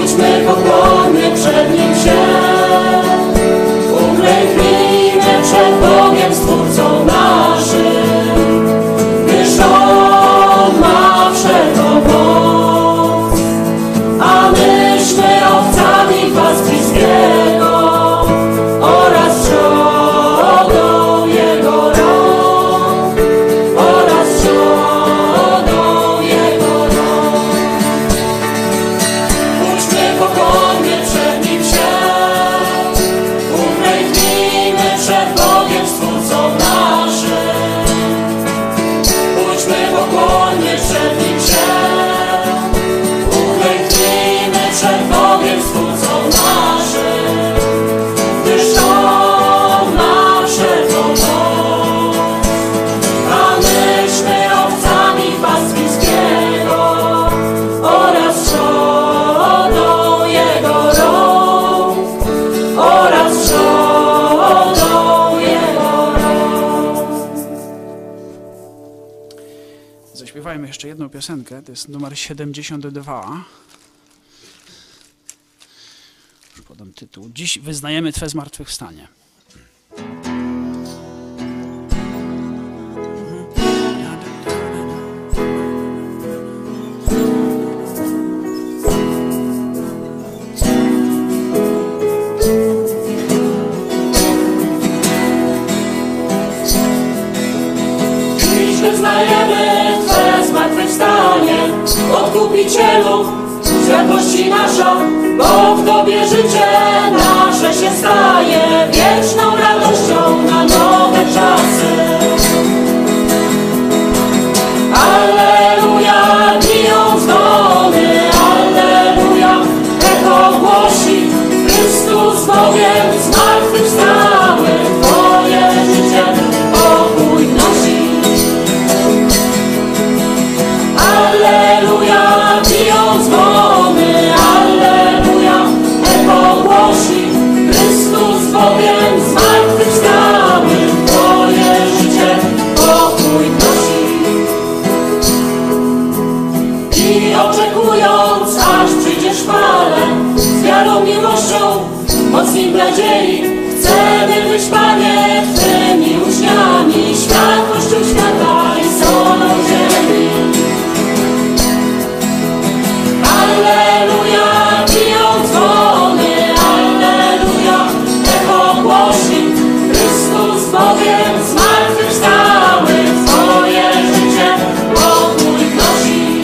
Pójdźmy pokłonnie przed Nim się, uklęknijmy przed Bogiem, Stwórcą naszym, gdyż On ma wszelką moc, a myśmy owcami pastwiskiego oraz trzodą Jego rąk, oraz trzodą Jego rąk. Pójdźmy pokłonnie przed Nim się, uklęknijmy przed Bogiem, Stwórcą naszym. Pójdźmy pokłonnie przed Nim się, uklęknijmy przed Bogiem, Stwórcą naszym, gdyż On ma wszelką moc, a myśmy owcami pastwiskiego oraz trzodą Jego rąk, oraz trzodą Jego rąk. Zaśpiewajmy jeszcze jedną piosenkę, to jest numer 72. Już podam tytuł. Dziś wyznajemy Twe zmartwychwstanie. Dziś wyznajemy Twe zmartwychwstanie, Odkupicielu, światłości nasza, bo w Tobie życie nasze się staje wieczną radością na nowe czasy. Alleluja, biją dzwony, alleluja, echo głosi, Chrystus Bogiem zmartwychwstały, Twoje życie pokój wnosi. Alleluja, biją dzwony, alleluja, echo głosi, Chrystus Bogiem zmartwychwstały, Twoje życie pokój wnosi. I oczekując, aż przyjdziesz w chwale, z wiarą, miłością, mocniej nadziei, chcemy być, Panie, Twymi uczniami, światłością świata i solą ziemi. Alleluja, biją dzwony, alleluja, echo głosi, Chrystus Bogiem zmartwychwstały, Twoje życie pokój wnosi.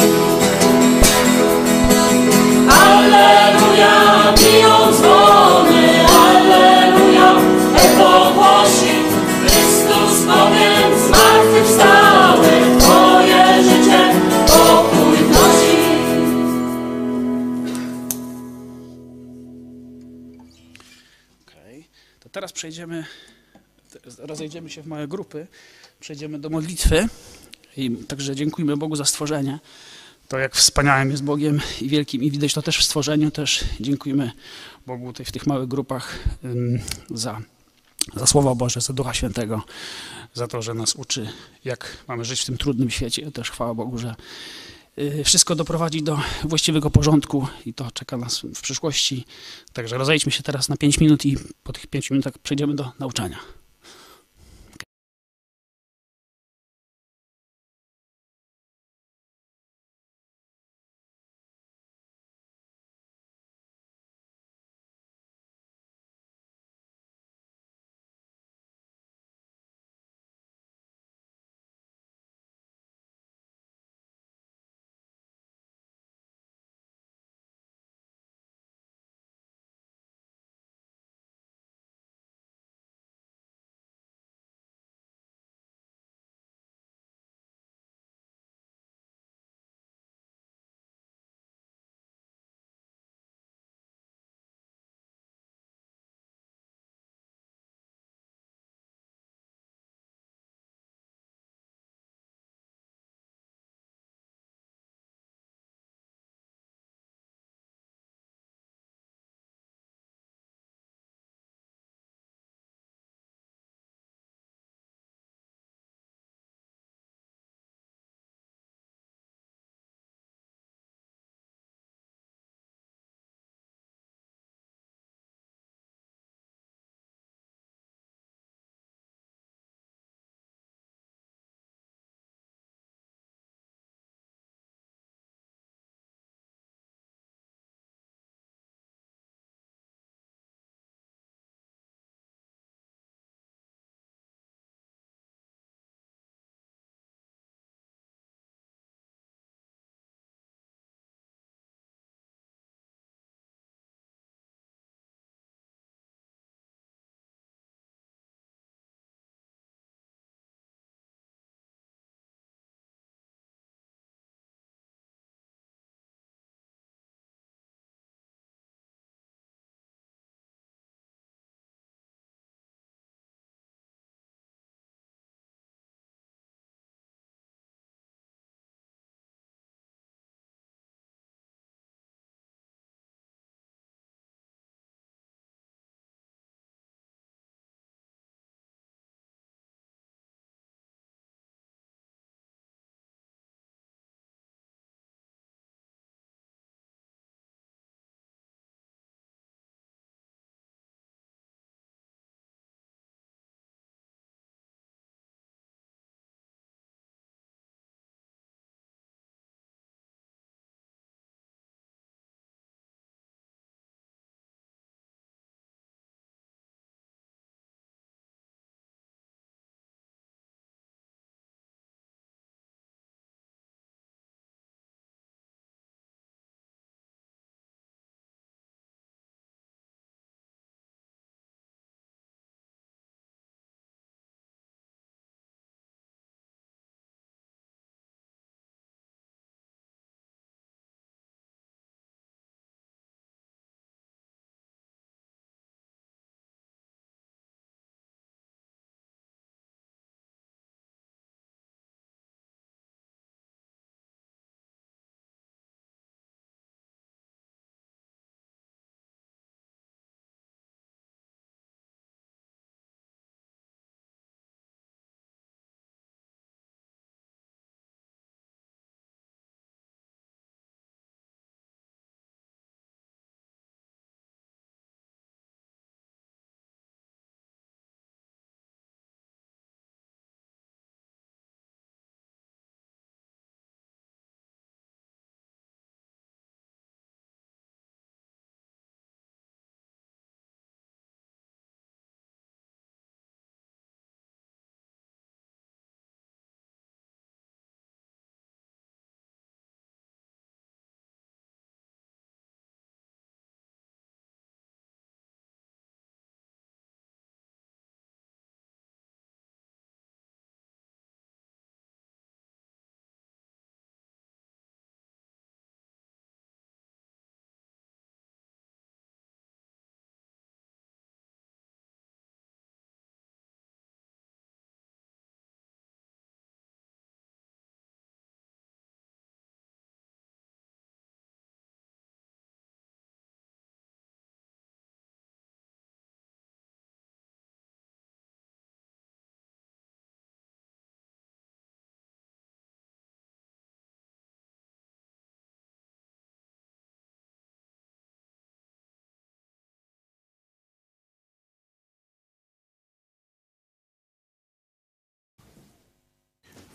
Alleluja, biją dzwony, alleluja, echo głosi, Chrystus Bogiem zmartwychwstały, Twoje życie pokój wnosi. Okej. To teraz rozejdziemy się w małe grupy, przejdziemy do modlitwy. I także dziękujmy Bogu za stworzenie. To jak wspaniałym jest Bogiem i wielkim i widać to też w stworzeniu. Też dziękujmy Bogu tutaj w tych małych grupach za Słowo Boże, za Ducha Świętego, za to, że nas uczy, jak mamy żyć w tym trudnym świecie. Też chwała Bogu, że wszystko doprowadzi do właściwego porządku i to czeka nas w przyszłości. Także rozejdźmy się teraz na 5 minut i po tych 5 minutach przejdziemy do nauczania.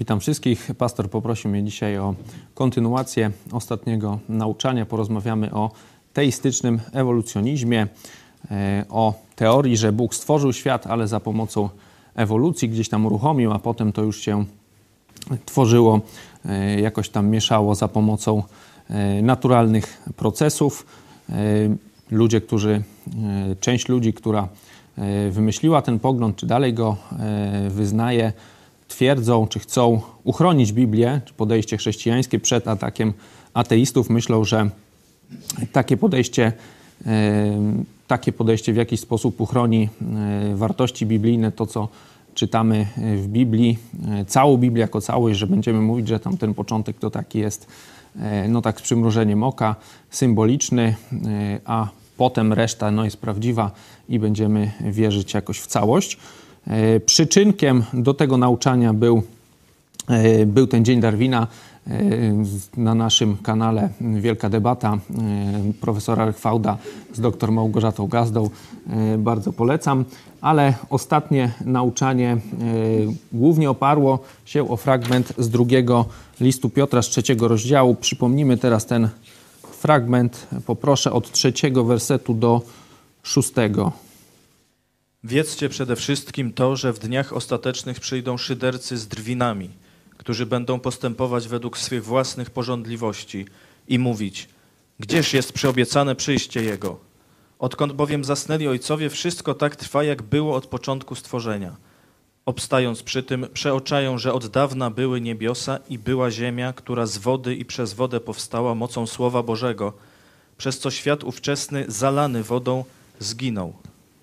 Witam wszystkich. Pastor poprosił mnie dzisiaj o kontynuację ostatniego nauczania. Porozmawiamy o teistycznym ewolucjonizmie, o teorii, że Bóg stworzył świat, ale za pomocą ewolucji gdzieś tam uruchomił, a potem to już się tworzyło, jakoś tam mieszało za pomocą naturalnych procesów. Część ludzi, która wymyśliła ten pogląd, czy dalej go wyznaje, twierdzą, czy chcą uchronić Biblię, czy podejście chrześcijańskie przed atakiem ateistów. Myślą, że takie podejście w jakiś sposób uchroni wartości biblijne, to co czytamy w Biblii, całą Biblię jako całość, że będziemy mówić, że tam ten początek to taki jest, no tak z przymrużeniem oka, symboliczny, a potem reszta jest prawdziwa i będziemy wierzyć jakoś w całość. Przyczynkiem do tego nauczania był ten Dzień Darwina. Na naszym kanale wielka debata profesora Rychwałda z dr Małgorzatą Gazdą. Bardzo polecam, ale ostatnie nauczanie głównie oparło się o fragment z 2 listu Piotra z 3 rozdziału. Przypomnijmy teraz ten fragment, poproszę, od 3 wersetu do 6. Wiedzcie przede wszystkim to, że w dniach ostatecznych przyjdą szydercy z drwinami, którzy będą postępować według swych własnych pożądliwości i mówić: gdzież jest przyobiecane przyjście Jego? Odkąd bowiem zasnęli ojcowie, wszystko tak trwa, jak było od początku stworzenia. Obstając przy tym, przeoczają, że od dawna były niebiosa i była ziemia, która z wody i przez wodę powstała mocą Słowa Bożego, przez co świat ówczesny, zalany wodą, zginął.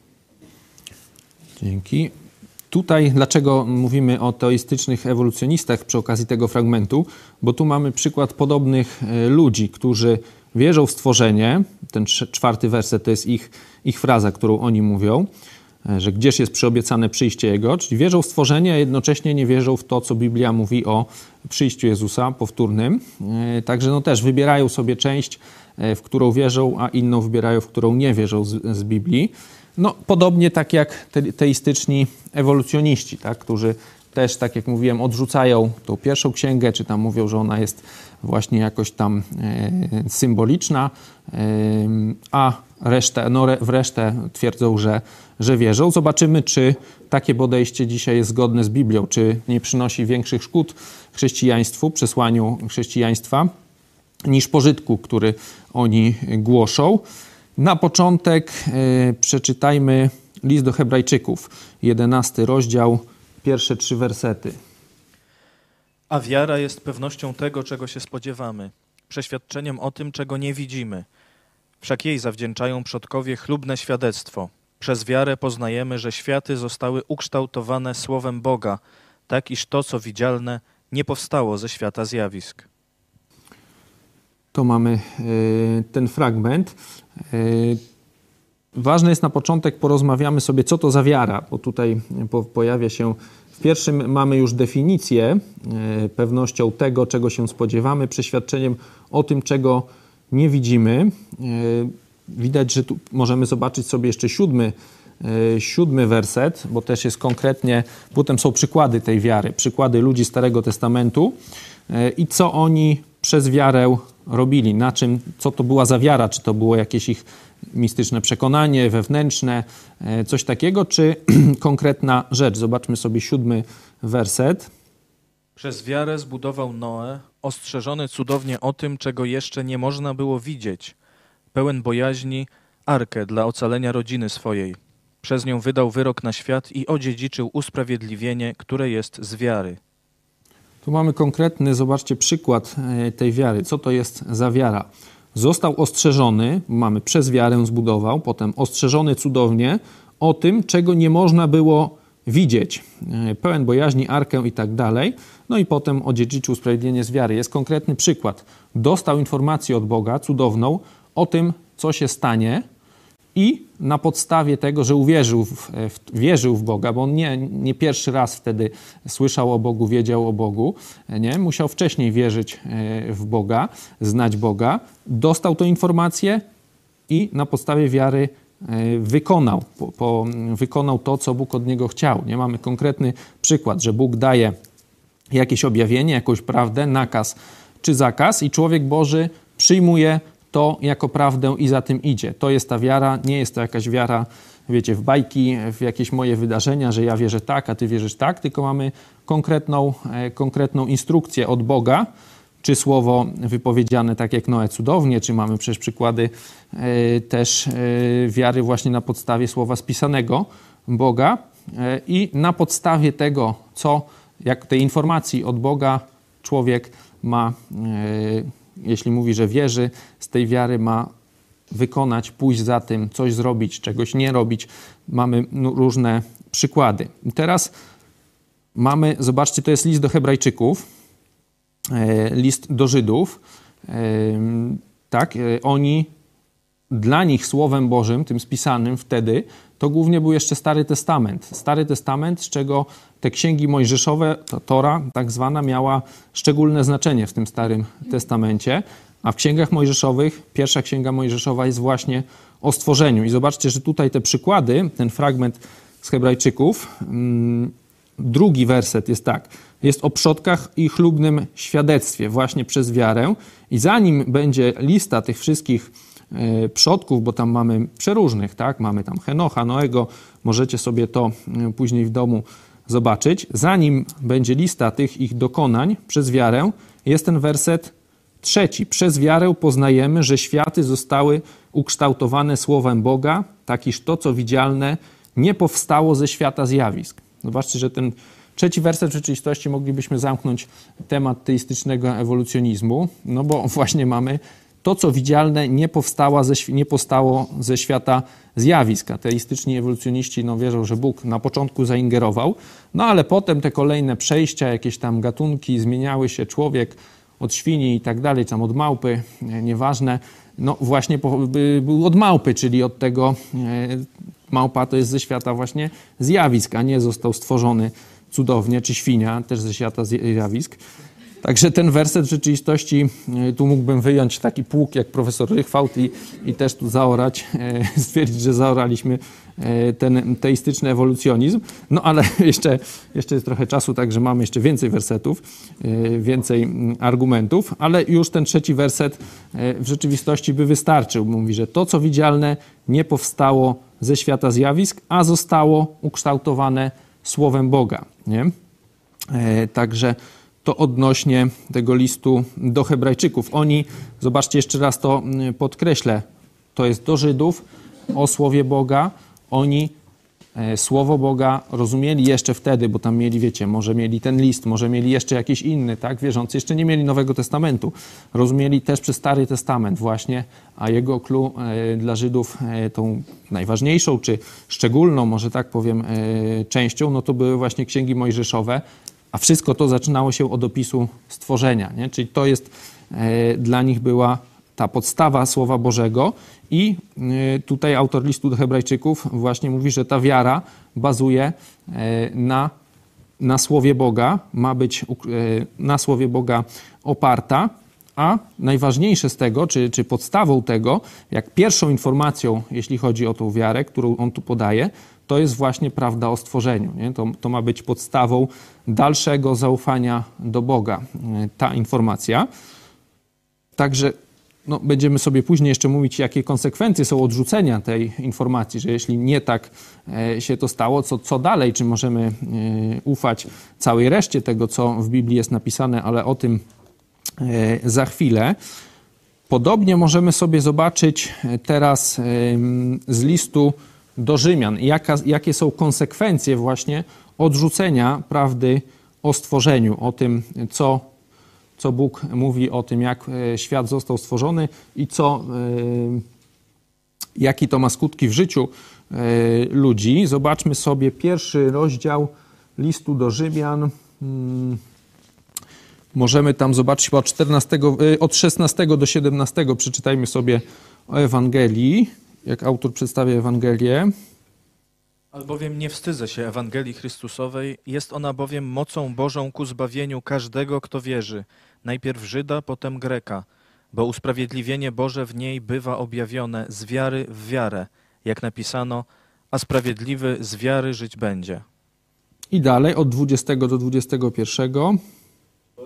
Dzięki. Tutaj dlaczego mówimy o teistycznych ewolucjonistach przy okazji tego fragmentu? Bo tu mamy przykład podobnych ludzi, którzy wierzą w stworzenie. Ten 4 werset to jest ich fraza, którą oni mówią, że gdzież jest przyobiecane przyjście Jego, czyli wierzą w stworzenie, a jednocześnie nie wierzą w to, co Biblia mówi o przyjściu Jezusa powtórnym. Także też wybierają sobie część, w którą wierzą, a inną wybierają, w którą nie wierzą z Biblii. Podobnie tak jak teistyczni ewolucjoniści, tak, którzy też, tak jak mówiłem, odrzucają tą pierwszą księgę, czy tam mówią, że ona jest właśnie jakoś tam symboliczna, a w resztę twierdzą, że wierzą. Zobaczymy, czy takie podejście dzisiaj jest zgodne z Biblią, czy nie przynosi większych szkód chrześcijaństwu, przesłaniu chrześcijaństwa, niż pożytku, który oni głoszą. Na początek przeczytajmy list do Hebrajczyków, 11 rozdział, pierwsze 3 wersety. A wiara jest pewnością tego, czego się spodziewamy, przeświadczeniem o tym, czego nie widzimy. Wszak jej zawdzięczają przodkowie chlubne świadectwo. Przez wiarę poznajemy, że światy zostały ukształtowane słowem Boga, tak iż to, co widzialne, nie powstało ze świata zjawisk. To mamy ten fragment. Ważne jest na początek, porozmawiamy sobie, co to za wiara, bo tutaj pojawia się, w pierwszym mamy już definicję, pewnością tego, czego się spodziewamy, przeświadczeniem o tym, czego nie widzimy. Widać, że tu możemy zobaczyć sobie jeszcze 7 werset, bo też jest konkretnie, potem są przykłady tej wiary, przykłady ludzi Starego Testamentu i co oni przez wiarę robili, co to była za wiara, czy to było jakieś ich mistyczne przekonanie, wewnętrzne, coś takiego, czy konkretna rzecz. Zobaczmy sobie 7 werset. Przez wiarę zbudował Noe, ostrzeżony cudownie o tym, czego jeszcze nie można było widzieć, pełen bojaźni, arkę dla ocalenia rodziny swojej. Przez nią wydał wyrok na świat i odziedziczył usprawiedliwienie, które jest z wiary. Tu mamy konkretny, zobaczcie, przykład tej wiary. Co to jest za wiara? Został ostrzeżony, mamy przez wiarę zbudował, potem ostrzeżony cudownie o tym, czego nie można było widzieć. Pełen bojaźni, arkę i tak dalej. No i potem odziedziczył usprawiedliwienie z wiary. Jest konkretny przykład. Dostał informację od Boga, cudowną, o tym, co się stanie i na podstawie tego, że wierzył w Boga, bo on nie pierwszy raz wtedy słyszał o Bogu, wiedział o Bogu, nie? Musiał wcześniej wierzyć w Boga, znać Boga, dostał tę informację i na podstawie wiary wykonał to, co Bóg od niego chciał. Nie? Mamy konkretny przykład, że Bóg daje jakieś objawienie, jakąś prawdę, nakaz czy zakaz i człowiek Boży przyjmuje to jako prawdę i za tym idzie. To jest ta wiara, nie jest to jakaś wiara, wiecie, w bajki, w jakieś moje wydarzenia, że ja wierzę tak, a ty wierzysz tak, tylko mamy konkretną instrukcję od Boga, czy słowo wypowiedziane tak jak Noe cudownie, czy mamy przecież przykłady też wiary właśnie na podstawie słowa spisanego Boga i na podstawie tego, jak tej informacji od Boga człowiek ma, jeśli mówi, że wierzy, z tej wiary ma wykonać, pójść za tym, coś zrobić, czegoś nie robić. Mamy różne przykłady. I teraz mamy, zobaczcie, to jest list do Hebrajczyków, list do Żydów. Tak, dla nich Słowem Bożym, tym spisanym wtedy, to głównie był jeszcze Stary Testament. Stary Testament, z czego te księgi mojżeszowe, ta Tora tak zwana, miała szczególne znaczenie w tym Starym Testamencie, a w księgach mojżeszowych, pierwsza księga mojżeszowa jest właśnie o stworzeniu. I zobaczcie, że tutaj te przykłady, ten fragment z Hebrajczyków, drugi werset jest tak. Jest o przodkach i chlubnym świadectwie właśnie przez wiarę. I zanim będzie lista tych wszystkich przodków, bo tam mamy przeróżnych, tak? Mamy tam Henocha, Noego, możecie sobie to później w domu zobaczyć. Zanim będzie lista tych ich dokonań przez wiarę, jest ten werset 3. Przez wiarę poznajemy, że światy zostały ukształtowane słowem Boga, tak iż to, co widzialne, nie powstało ze świata zjawisk. Zobaczcie, że ten 3. werset w rzeczywistości moglibyśmy zamknąć temat teistycznego ewolucjonizmu, no bo właśnie mamy to, co widzialne, nie powstało ze świata zjawisk. Teistyczni ewolucjoniści wierzą, że Bóg na początku zaingerował, no ale potem te kolejne przejścia, jakieś tam gatunki zmieniały się, człowiek od świni i tak dalej, tam od małpy, nieważne, no właśnie był od małpy, czyli od tego małpa to jest ze świata właśnie zjawisk, a nie został stworzony cudownie, czy świnia też ze świata zjawisk. Także ten werset w rzeczywistości, tu mógłbym wyjąć taki pług jak profesor Rychwałt i też tu zaorać, stwierdzić, że zaoraliśmy ten teistyczny ewolucjonizm. No ale jeszcze jest trochę czasu, także mamy jeszcze więcej wersetów, więcej argumentów, ale już ten 3. werset w rzeczywistości by wystarczył. Mówi, że to, co widzialne, nie powstało ze świata zjawisk, a zostało ukształtowane Słowem Boga. Nie? Także to odnośnie tego listu do Hebrajczyków. Oni, zobaczcie jeszcze raz to podkreślę, to jest do Żydów o Słowie Boga. Oni Słowo Boga rozumieli jeszcze wtedy, bo tam mieli, wiecie, może mieli ten list, może mieli jeszcze jakiś inny, tak, wierzący, jeszcze nie mieli Nowego Testamentu. Rozumieli też przez Stary Testament właśnie, a jego clue dla Żydów, tą najważniejszą, czy szczególną, może tak powiem, częścią, no to były właśnie księgi mojżeszowe, a wszystko to zaczynało się od opisu stworzenia, nie? Czyli to jest dla nich była ta podstawa Słowa Bożego i tutaj autor listu do Hebrajczyków właśnie mówi, że ta wiara bazuje na Słowie Boga, ma być na Słowie Boga oparta, a najważniejsze z tego, czy podstawą tego, jak pierwszą informacją, jeśli chodzi o tą wiarę, którą on tu podaje, to jest właśnie prawda o stworzeniu. Nie? To ma być podstawą dalszego zaufania do Boga, ta informacja. Także będziemy sobie później jeszcze mówić, jakie konsekwencje są odrzucenia tej informacji, że jeśli nie tak się to stało, co dalej, czy możemy ufać całej reszcie tego, co w Biblii jest napisane, ale o tym za chwilę. Podobnie możemy sobie zobaczyć teraz z listu do Rzymian, jakie są konsekwencje właśnie odrzucenia prawdy o stworzeniu, o tym, co Bóg mówi o tym, jak świat został stworzony i jaki to ma skutki w życiu ludzi. Zobaczmy sobie 1. rozdział listu do Rzymian. Możemy tam zobaczyć od 16 do 17. Przeczytajmy sobie o Ewangelii, jak autor przedstawia Ewangelię. Albowiem nie wstydzę się Ewangelii Chrystusowej, jest ona bowiem mocą Bożą ku zbawieniu każdego, kto wierzy, najpierw Żyda, potem Greka, bo usprawiedliwienie Boże w niej bywa objawione z wiary w wiarę, jak napisano, a sprawiedliwy z wiary żyć będzie. I dalej od 20 do 21.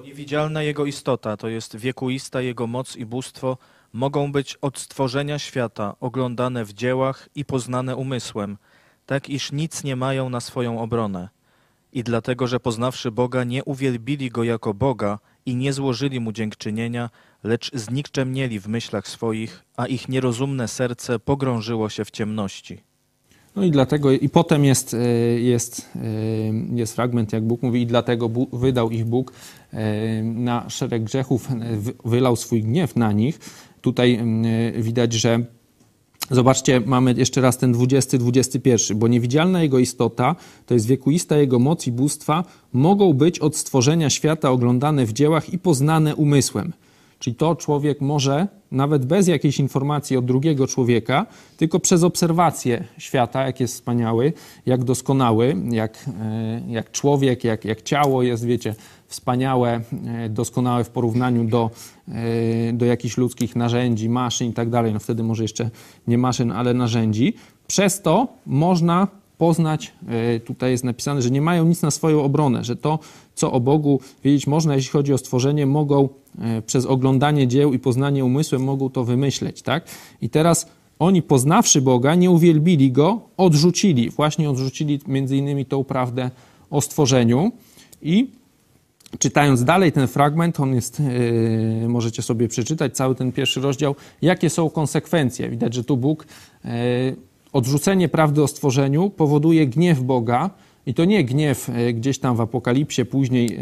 Niewidzialna Jego istota, to jest wiekuista Jego moc i bóstwo, mogą być od stworzenia świata oglądane w dziełach i poznane umysłem, tak iż nic nie mają na swoją obronę. I dlatego, że poznawszy Boga, nie uwielbili Go jako Boga i nie złożyli Mu dziękczynienia, lecz znikczemnieli w myślach swoich, a ich nierozumne serce pogrążyło się w ciemności. No i dlatego, i potem jest fragment, jak Bóg mówi, i dlatego wydał ich Bóg na szereg grzechów, wylał swój gniew na nich. Tutaj widać, że zobaczcie, mamy jeszcze raz ten 20, 21, bo niewidzialna Jego istota, to jest wiekuista Jego moc i bóstwa, mogą być od stworzenia świata oglądane w dziełach i poznane umysłem. Czyli to człowiek może, nawet bez jakiejś informacji od drugiego człowieka, tylko przez obserwację świata, jak jest wspaniały, jak doskonały, jak człowiek, jak ciało jest, wiecie, wspaniałe, doskonałe w porównaniu do jakichś ludzkich narzędzi, maszyn i tak dalej. No wtedy może jeszcze nie maszyn, ale narzędzi. Przez to można poznać, tutaj jest napisane, że nie mają nic na swoją obronę, że to, co o Bogu wiedzieć można, jeśli chodzi o stworzenie, mogą przez oglądanie dzieł i poznanie umysłem, mogą to wymyśleć, tak? I teraz oni, poznawszy Boga, nie uwielbili Go, odrzucili między innymi tą prawdę o stworzeniu. I czytając dalej ten fragment, on jest, możecie sobie przeczytać cały ten pierwszy rozdział, jakie są konsekwencje. Widać, że tu Bóg odrzucenie prawdy o stworzeniu powoduje gniew Boga i to nie gniew gdzieś tam w Apokalipsie, później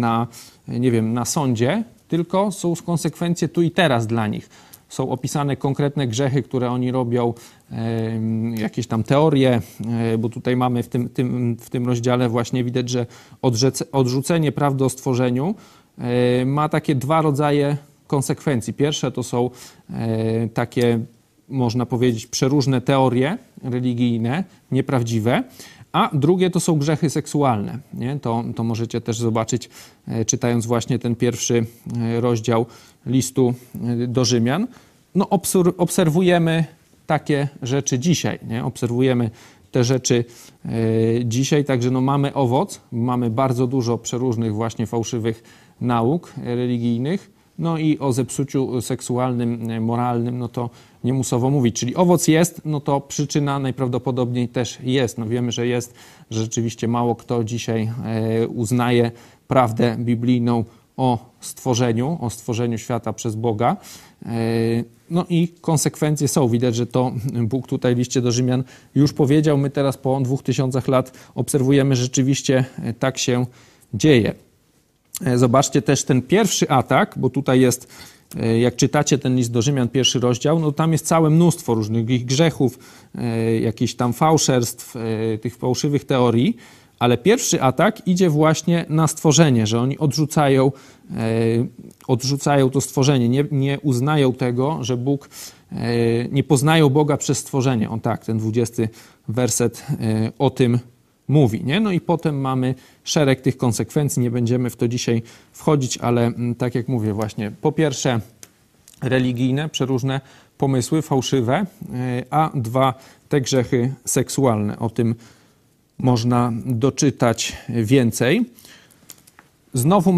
na sądzie, tylko są konsekwencje tu i teraz dla nich. Są opisane konkretne grzechy, które oni robią, jakieś tam teorie, bo tutaj mamy w tym rozdziale właśnie widać, że odrzucenie prawdy o stworzeniu ma takie dwa rodzaje konsekwencji. Pierwsze to są takie, można powiedzieć, przeróżne teorie religijne, nieprawdziwe, a drugie to są grzechy seksualne. Nie? To możecie też zobaczyć, czytając właśnie ten pierwszy rozdział listu do Rzymian. No, obserwujemy takie rzeczy dzisiaj. Nie? Obserwujemy te rzeczy dzisiaj, także no, mamy owoc, mamy bardzo dużo przeróżnych właśnie fałszywych nauk religijnych. No i o zepsuciu seksualnym, moralnym, no to nie musowo mówić. Czyli owoc jest, no to przyczyna najprawdopodobniej też jest. No wiemy, że jest, że rzeczywiście mało kto dzisiaj uznaje prawdę biblijną o stworzeniu świata przez Boga. No i konsekwencje są. Widać, że to Bóg tutaj w liście do Rzymian już powiedział. My teraz po 2000 lat obserwujemy, że rzeczywiście tak się dzieje. Zobaczcie też ten pierwszy atak, bo tutaj jest, jak czytacie ten list do Rzymian, pierwszy rozdział, no tam jest całe mnóstwo różnych różnych jakichś tam fałszerstw, tych fałszywych teorii, ale pierwszy atak idzie właśnie na stworzenie, że oni odrzucają to stworzenie, nie uznają tego, że Bóg, nie poznają Boga przez stworzenie. On tak, ten 20 werset o tym mówi, nie? No i potem mamy szereg tych konsekwencji, nie będziemy w to dzisiaj wchodzić, ale tak jak mówię właśnie, po pierwsze religijne, przeróżne pomysły, fałszywe, a dwa, te grzechy seksualne. O tym można doczytać więcej. Znowu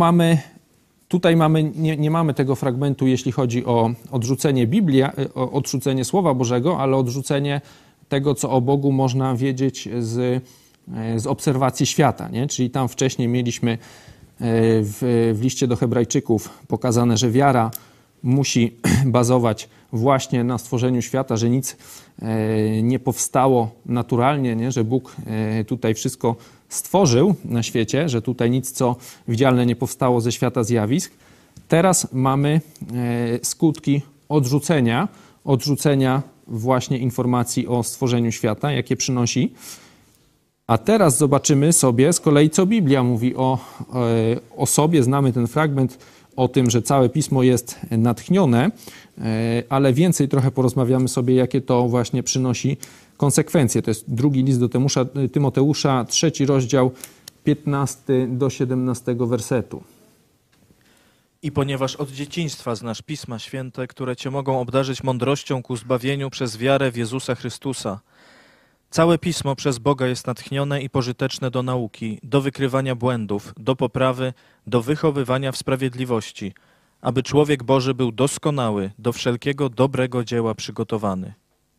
nie mamy tego fragmentu, jeśli chodzi o odrzucenie Biblii, o odrzucenie Słowa Bożego, ale odrzucenie tego, co o Bogu można wiedzieć z obserwacji świata, nie? Czyli tam wcześniej mieliśmy w liście do Hebrajczyków pokazane, że wiara musi bazować właśnie na stworzeniu świata, że nic nie powstało naturalnie, nie? Że Bóg tutaj wszystko stworzył na świecie, że tutaj nic, co widzialne, nie powstało ze świata zjawisk. Teraz mamy skutki odrzucenia właśnie informacji o stworzeniu świata, jakie przynosi. A teraz zobaczymy sobie z kolei, co Biblia mówi o sobie. Znamy ten fragment o tym, że całe Pismo jest natchnione, ale więcej trochę porozmawiamy sobie, jakie to właśnie przynosi konsekwencje. To jest drugi list do Tymoteusza, 3 rozdział, 15 do 17 wersetu. I ponieważ od dzieciństwa znasz Pisma Święte, które cię mogą obdarzyć mądrością ku zbawieniu przez wiarę w Jezusa Chrystusa. Całe Pismo przez Boga jest natchnione i pożyteczne do nauki, do wykrywania błędów, do poprawy, do wychowywania w sprawiedliwości, aby człowiek Boży był doskonały, do wszelkiego dobrego dzieła przygotowany.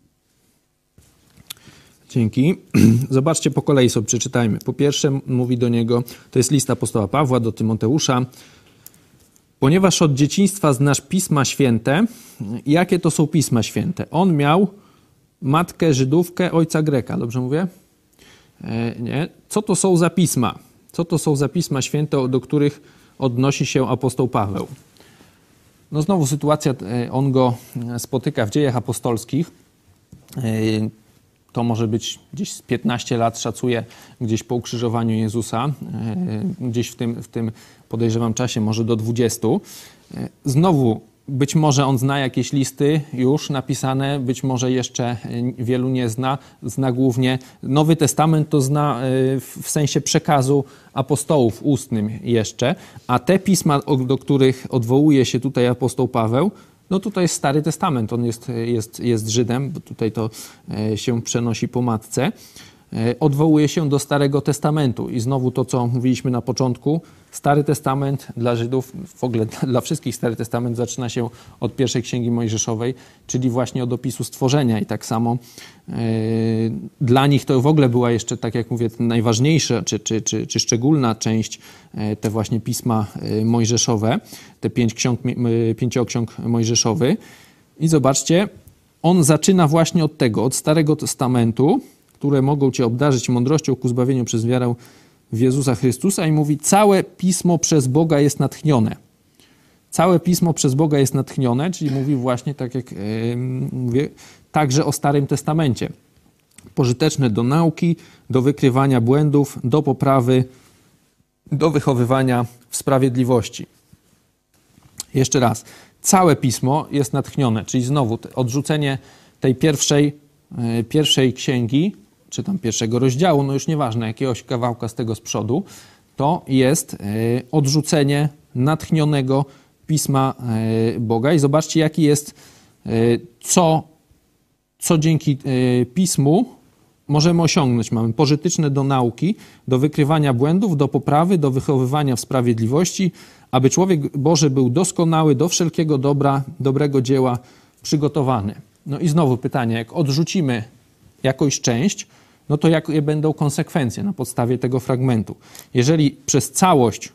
Dzięki. Zobaczcie, po kolei sobie przeczytajmy. Po pierwsze mówi do niego, to jest list apostoła Pawła do Tymoteusza. Ponieważ od dzieciństwa znasz Pisma Święte. Jakie to są Pisma Święte? On miał matkę Żydówkę, ojca Greka. Dobrze mówię? Nie. Co to są za pisma? Co to są za Pisma Święte, do których odnosi się apostoł Paweł? No znowu sytuacja, on go spotyka w Dziejach Apostolskich. To może być gdzieś z 15 lat, szacuję, gdzieś po ukrzyżowaniu Jezusa, gdzieś w tym podejrzewam czasie, może do 20. Znowu, być może on zna jakieś listy już napisane, być może jeszcze wielu nie zna. Zna głównie Nowy Testament, to zna w sensie przekazu apostołów ustnym jeszcze, a te pisma, do których odwołuje się tutaj apostoł Paweł, no tutaj jest Stary Testament, on jest Żydem, bo tutaj to się przenosi po matce. Odwołuje się do Starego Testamentu i znowu to, co mówiliśmy na początku, Stary Testament dla Żydów, w ogóle dla wszystkich Stary Testament zaczyna się od pierwszej Księgi Mojżeszowej, czyli właśnie od opisu stworzenia i tak samo dla nich to w ogóle była jeszcze, tak jak mówię, najważniejsza czy szczególna część, te właśnie pisma mojżeszowe, te 5 pięcioksiąg Mojżeszowy. I zobaczcie, on zaczyna właśnie od tego, od Starego Testamentu, które mogą cię obdarzyć mądrością ku zbawieniu przez wiarę w Jezusa Chrystusa i mówi, całe Pismo przez Boga jest natchnione. Całe Pismo przez Boga jest natchnione, czyli mówi właśnie, tak jak mówię, także o Starym Testamencie. Pożyteczne do nauki, do wykrywania błędów, do poprawy, do wychowywania w sprawiedliwości. Jeszcze raz, całe Pismo jest natchnione, czyli znowu odrzucenie tej pierwszej księgi, czy tam pierwszego rozdziału, no już nieważne, jakiegoś kawałka z tego z przodu, to jest odrzucenie natchnionego Pisma Boga. I zobaczcie, jaki jest, co dzięki Pismu możemy osiągnąć. Mamy pożyteczne do nauki, do wykrywania błędów, do poprawy, do wychowywania w sprawiedliwości, aby człowiek Boży był doskonały, do wszelkiego dobra, dobrego dzieła przygotowany. No i znowu pytanie, jak odrzucimy jakąś część, no to jakie będą konsekwencje na podstawie tego fragmentu? Jeżeli przez całość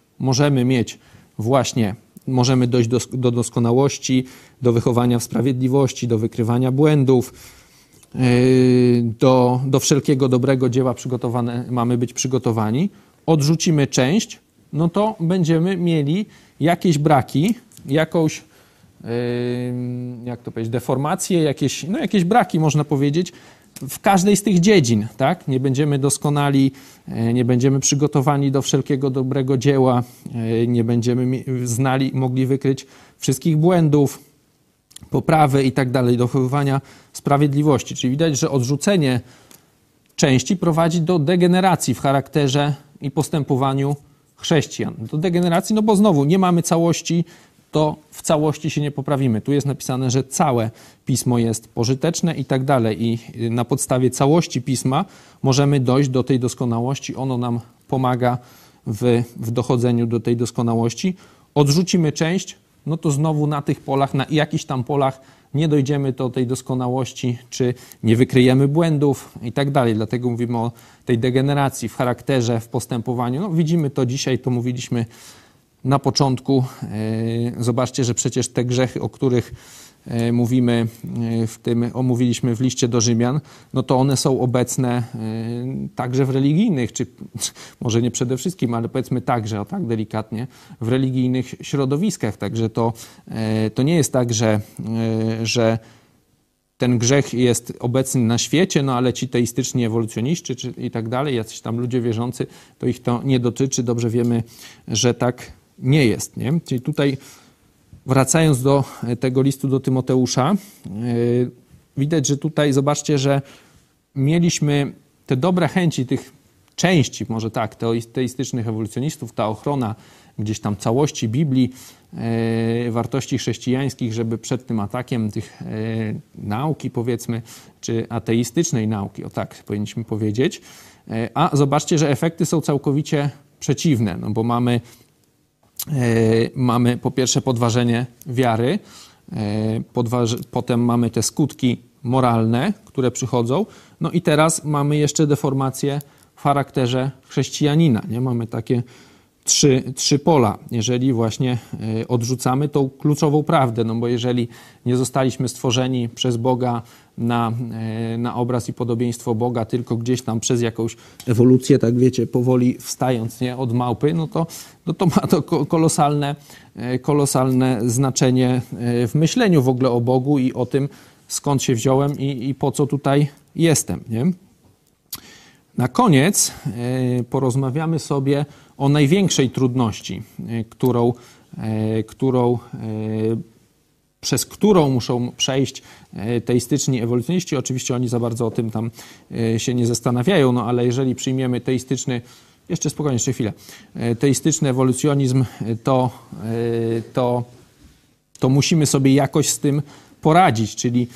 możemy dojść do doskonałości, do wychowania w sprawiedliwości, do wykrywania błędów, do wszelkiego dobrego dzieła mamy być przygotowani, odrzucimy część, no to będziemy mieli jakieś braki, jakąś jak to powiedzieć, deformacje, jakieś braki, można powiedzieć, w każdej z tych dziedzin, tak? Nie będziemy doskonali, nie będziemy przygotowani do wszelkiego dobrego dzieła, nie będziemy mogli wykryć wszystkich błędów, poprawy i tak dalej, dochowywania sprawiedliwości. Czyli widać, że odrzucenie części prowadzi do degeneracji w charakterze i postępowaniu chrześcijan. Do degeneracji, no bo znowu nie mamy całości, to w całości się nie poprawimy. Tu jest napisane, że całe Pismo jest pożyteczne i tak dalej. I na podstawie całości Pisma możemy dojść do tej doskonałości. Ono nam pomaga w dochodzeniu do tej doskonałości. Odrzucimy część, no to znowu na tych polach, na jakichś tam polach nie dojdziemy do tej doskonałości, czy nie wykryjemy błędów i tak dalej. Dlatego mówimy o tej degeneracji w charakterze, w postępowaniu. No, widzimy to dzisiaj, to mówiliśmy na początku. Zobaczcie, że przecież te grzechy, o których mówimy omówiliśmy w liście do Rzymian, no to one są obecne także w religijnych, czy może nie przede wszystkim, ale powiedzmy także, o tak delikatnie, w religijnych środowiskach. Także to nie jest tak, że ten grzech jest obecny na świecie, no ale ci teistyczni ewolucjoniści i tak dalej, jacyś tam ludzie wierzący, to ich to nie dotyczy. Dobrze wiemy, że tak nie jest. Nie? Czyli tutaj wracając do tego listu do Tymoteusza, widać, że tutaj zobaczcie, że mieliśmy te dobre chęci tych części, może tak, teistycznych ewolucjonistów, ta ochrona gdzieś tam całości Biblii, wartości chrześcijańskich, żeby przed tym atakiem tych nauki, powiedzmy, czy ateistycznej nauki, o tak powinniśmy powiedzieć. A zobaczcie, że efekty są całkowicie przeciwne, no bo mamy po pierwsze podważenie wiary, potem mamy te skutki moralne, które przychodzą, no i teraz mamy jeszcze deformację w charakterze chrześcijanina, nie? Mamy takie trzy pola, jeżeli właśnie odrzucamy tą kluczową prawdę, no bo jeżeli nie zostaliśmy stworzeni przez Boga na obraz i podobieństwo Boga, tylko gdzieś tam przez jakąś ewolucję, tak wiecie, powoli wstając, nie, od małpy, no to ma to kolosalne znaczenie w myśleniu w ogóle o Bogu i o tym, skąd się wziąłem i po co tutaj jestem, nie? Na koniec porozmawiamy sobie o największej trudności, przez którą muszą przejść teistyczni ewolucjoniści. Oczywiście oni za bardzo o tym tam się nie zastanawiają, no ale jeżeli przyjmiemy teistyczny, jeszcze spokojnie, jeszcze chwilę, teistyczny ewolucjonizm, to musimy sobie jakoś z tym poradzić, czyli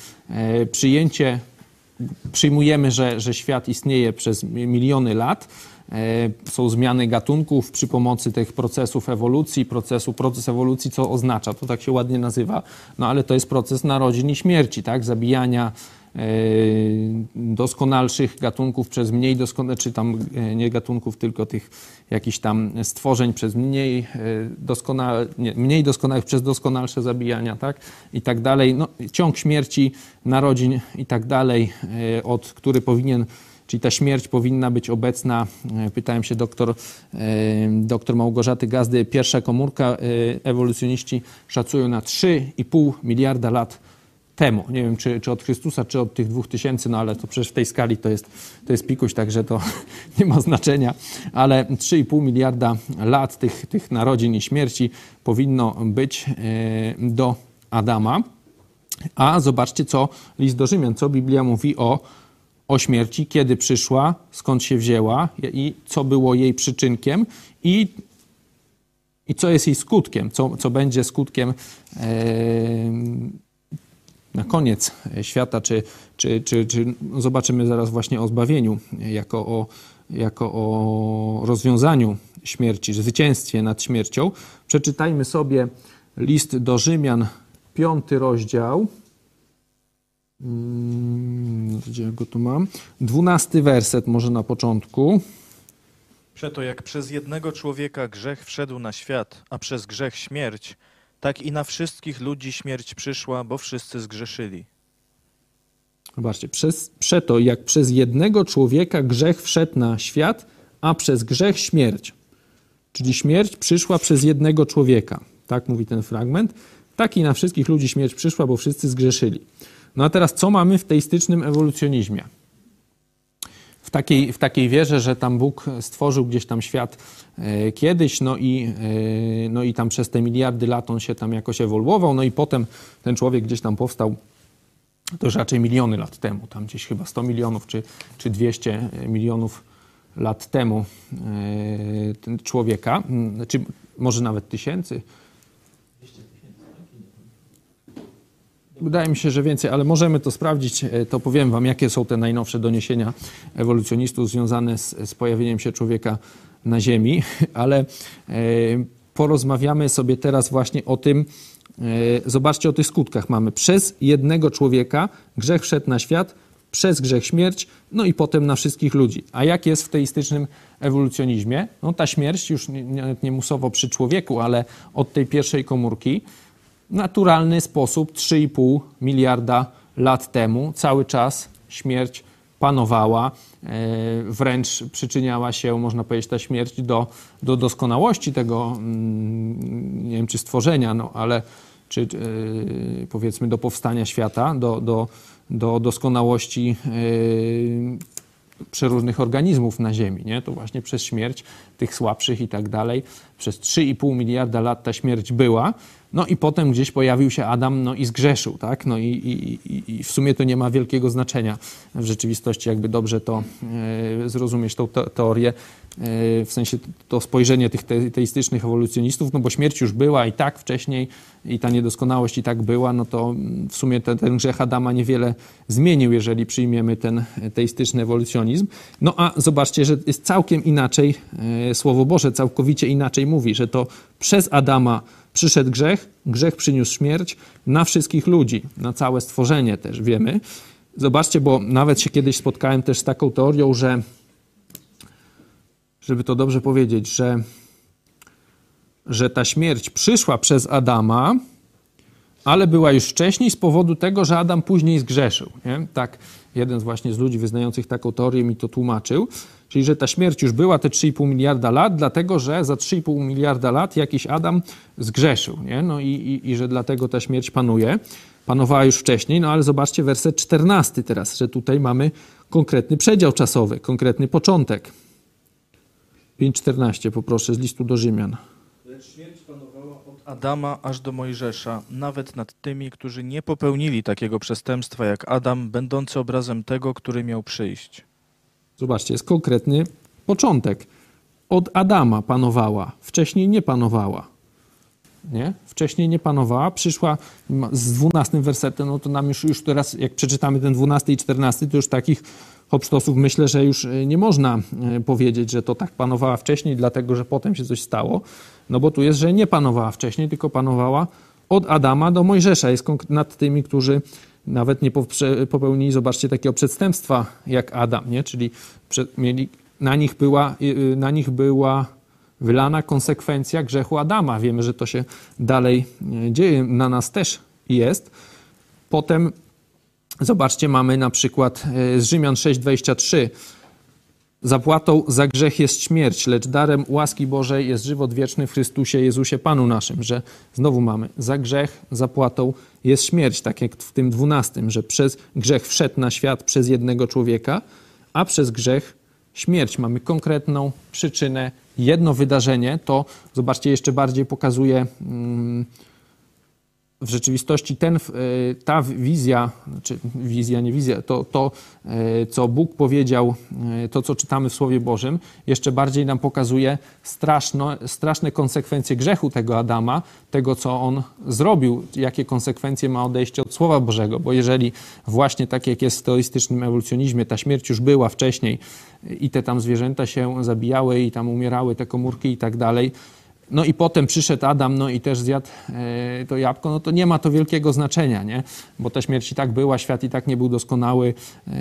przyjmujemy, że świat istnieje przez miliony lat, są zmiany gatunków przy pomocy tych procesów ewolucji. Proces ewolucji, co oznacza? To tak się ładnie nazywa, no ale to jest proces narodzin i śmierci, tak? Zabijania doskonalszych gatunków przez mniej doskonałych, czy tam nie gatunków, tylko tych jakichś tam stworzeń przez mniej doskonałych przez doskonalsze zabijania, tak? I tak dalej. No, ciąg śmierci, narodzin i tak dalej, czyli ta śmierć powinna być obecna. Pytałem się doktor Małgorzaty Gazdy, pierwsza komórka, ewolucjoniści szacują na 3,5 miliarda lat temu. Nie wiem, czy od Chrystusa, czy od tych 2000, no ale to przecież w tej skali to jest pikuś, także to nie ma znaczenia. Ale 3,5 miliarda lat tych narodzin i śmierci powinno być do Adama. A zobaczcie, co list do Rzymian, co Biblia mówi o śmierci, kiedy przyszła, skąd się wzięła i co było jej przyczynkiem i co jest jej skutkiem, co będzie skutkiem na koniec świata, czy zobaczymy zaraz właśnie o zbawieniu, jako o rozwiązaniu śmierci, zwycięstwie nad śmiercią. Przeczytajmy sobie list do Rzymian, 5 rozdział. Gdzie go tu mam? 12 werset może na początku. Przeto jak przez jednego człowieka grzech wszedł na świat, a przez grzech śmierć, tak i na wszystkich ludzi śmierć przyszła, bo wszyscy zgrzeszyli. Zobaczcie, przeto jak przez jednego człowieka grzech wszedł na świat, a przez grzech śmierć. Czyli śmierć przyszła przez jednego człowieka. Tak mówi ten fragment. Tak i na wszystkich ludzi śmierć przyszła, bo wszyscy zgrzeszyli. No a teraz co mamy w teistycznym ewolucjonizmie? W takiej wierze, że tam Bóg stworzył gdzieś tam świat kiedyś, no i tam przez te miliardy lat on się tam jakoś ewoluował, no i potem ten człowiek gdzieś tam powstał, to już raczej miliony lat temu, tam gdzieś chyba 100 milionów czy 200 milionów lat temu ten człowieka, czy może nawet tysięcy. Wydaje mi się, że więcej, ale możemy to sprawdzić. To powiem wam, jakie są te najnowsze doniesienia ewolucjonistów związane z pojawieniem się człowieka na Ziemi, ale porozmawiamy sobie teraz właśnie o tym. Zobaczcie, o tych skutkach mamy. Przez jednego człowieka grzech wszedł na świat, przez grzech śmierć, no i potem na wszystkich ludzi. A jak jest w teistycznym ewolucjonizmie? No ta śmierć już nie musowo przy człowieku, ale od tej pierwszej komórki, naturalny sposób 3,5 miliarda lat temu cały czas śmierć panowała, wręcz przyczyniała się, można powiedzieć, ta śmierć do doskonałości tego, nie wiem czy stworzenia, no ale czy powiedzmy do powstania świata, do doskonałości przeróżnych organizmów na Ziemi, nie? To właśnie przez śmierć tych słabszych i tak dalej. Przez 3,5 miliarda lat ta śmierć była. No i potem gdzieś pojawił się Adam, no i zgrzeszył, tak? No i w sumie to nie ma wielkiego znaczenia w rzeczywistości, jakby dobrze to zrozumieć, tą teorię, w sensie to spojrzenie tych teistycznych ewolucjonistów, no bo śmierć już była i tak wcześniej i ta niedoskonałość i tak była, no to w sumie ten grzech Adama niewiele zmienił, jeżeli przyjmiemy ten teistyczny ewolucjonizm. No a zobaczcie, że jest całkiem inaczej, Słowo Boże całkowicie inaczej mówi, że to przez Adama przyszedł grzech, grzech przyniósł śmierć na wszystkich ludzi, na całe stworzenie też wiemy. Zobaczcie, bo nawet się kiedyś spotkałem też z taką teorią, że, żeby to dobrze powiedzieć, że ta śmierć przyszła przez Adama, ale była już wcześniej z powodu tego, że Adam później zgrzeszył. Nie? Tak jeden z ludzi wyznających taką teorię mi to tłumaczył. Czyli, że ta śmierć już była te 3,5 miliarda lat, dlatego, że za 3,5 miliarda lat jakiś Adam zgrzeszył. Nie? No i że dlatego ta śmierć panuje. Panowała już wcześniej, no ale zobaczcie werset 14 teraz, że tutaj mamy konkretny przedział czasowy, konkretny początek. 5:14 poproszę z listu do Rzymian. Lecz śmierć panowała od Adama aż do Mojżesza, nawet nad tymi, którzy nie popełnili takiego przestępstwa jak Adam, będący obrazem tego, który miał przyjść. Zobaczcie, jest konkretny początek. Od Adama panowała, wcześniej nie panowała. Nie? Wcześniej nie panowała, przyszła z 12 wersetem, no to nam już teraz, jak przeczytamy ten 12 i 14, to już takich hopsztosów myślę, że już nie można powiedzieć, że to tak panowała wcześniej, dlatego, że potem się coś stało, no bo tu jest, że nie panowała wcześniej, tylko panowała od Adama do Mojżesza. Jest nad tymi, którzy nawet nie popełnili, zobaczcie, takiego przestępstwa jak Adam, nie? Czyli na nich była wylana konsekwencja grzechu Adama. Wiemy, że to się dalej dzieje, na nas też jest. Potem, zobaczcie, mamy na przykład z Rzymian 6:23. Zapłatą za grzech jest śmierć, lecz darem łaski Bożej jest żywot wieczny w Chrystusie Jezusie Panu naszym. Że znowu mamy, za grzech zapłatą jest śmierć, tak jak w tym 12, że przez grzech wszedł na świat przez jednego człowieka, a przez grzech śmierć. Mamy konkretną przyczynę, jedno wydarzenie. To, zobaczcie, jeszcze bardziej pokazuje w rzeczywistości ta wizja, czy wizja, nie wizja, to co Bóg powiedział, to, co czytamy w Słowie Bożym, jeszcze bardziej nam pokazuje straszne konsekwencje grzechu tego Adama, tego, co on zrobił, jakie konsekwencje ma odejście od Słowa Bożego, bo jeżeli właśnie tak jak jest w teistycznym ewolucjonizmie, ta śmierć już była wcześniej i te tam zwierzęta się zabijały i tam umierały, te komórki i tak dalej, no i potem przyszedł Adam, no i też zjadł to jabłko, no to nie ma to wielkiego znaczenia, nie? Bo ta śmierć i tak była, świat i tak nie był doskonały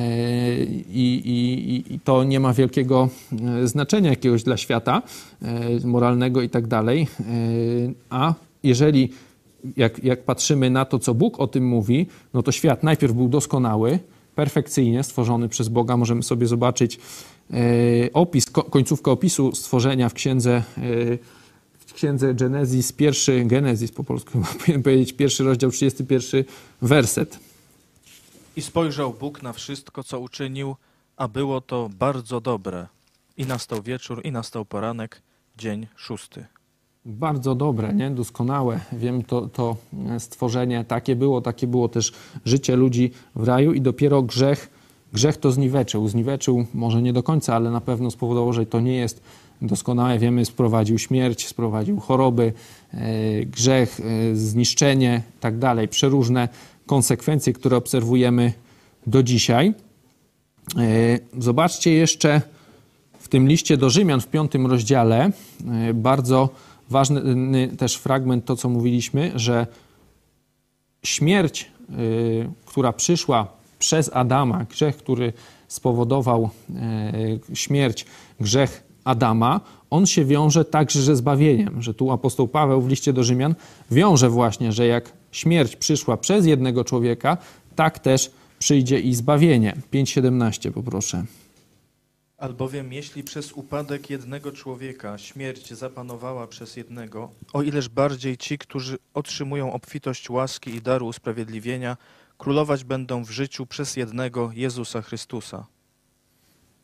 i to nie ma wielkiego znaczenia jakiegoś dla świata moralnego i tak dalej. A jeżeli, jak patrzymy na to, co Bóg o tym mówi, no to świat najpierw był doskonały, perfekcyjnie stworzony przez Boga. Możemy sobie zobaczyć końcówkę opisu stworzenia w księdze Genezis, Genezis po polsku, powinien powiedzieć, 1 rozdział, 31 werset. I spojrzał Bóg na wszystko, co uczynił, a było to bardzo dobre. I nastał wieczór, i nastał poranek, dzień 6. Bardzo dobre, nie? Doskonałe. Wiem, to stworzenie takie było też życie ludzi w raju i dopiero grzech to zniweczył. Zniweczył może nie do końca, ale na pewno spowodował, że to nie jest doskonałe. Wiemy, sprowadził śmierć, sprowadził choroby, grzech, zniszczenie i tak dalej. Przeróżne konsekwencje, które obserwujemy do dzisiaj. Zobaczcie jeszcze w tym liście do Rzymian w 5 rozdziale bardzo ważny też fragment, to co mówiliśmy, że śmierć, która przyszła przez Adama, grzech, który spowodował śmierć, grzech Adama, on się wiąże także ze zbawieniem, że tu apostoł Paweł w liście do Rzymian wiąże właśnie, że jak śmierć przyszła przez jednego człowieka, tak też przyjdzie i zbawienie. 5:17 poproszę. Albowiem jeśli przez upadek jednego człowieka śmierć zapanowała przez jednego, o ileż bardziej ci, którzy otrzymują obfitość łaski i daru usprawiedliwienia, królować będą w życiu przez jednego Jezusa Chrystusa.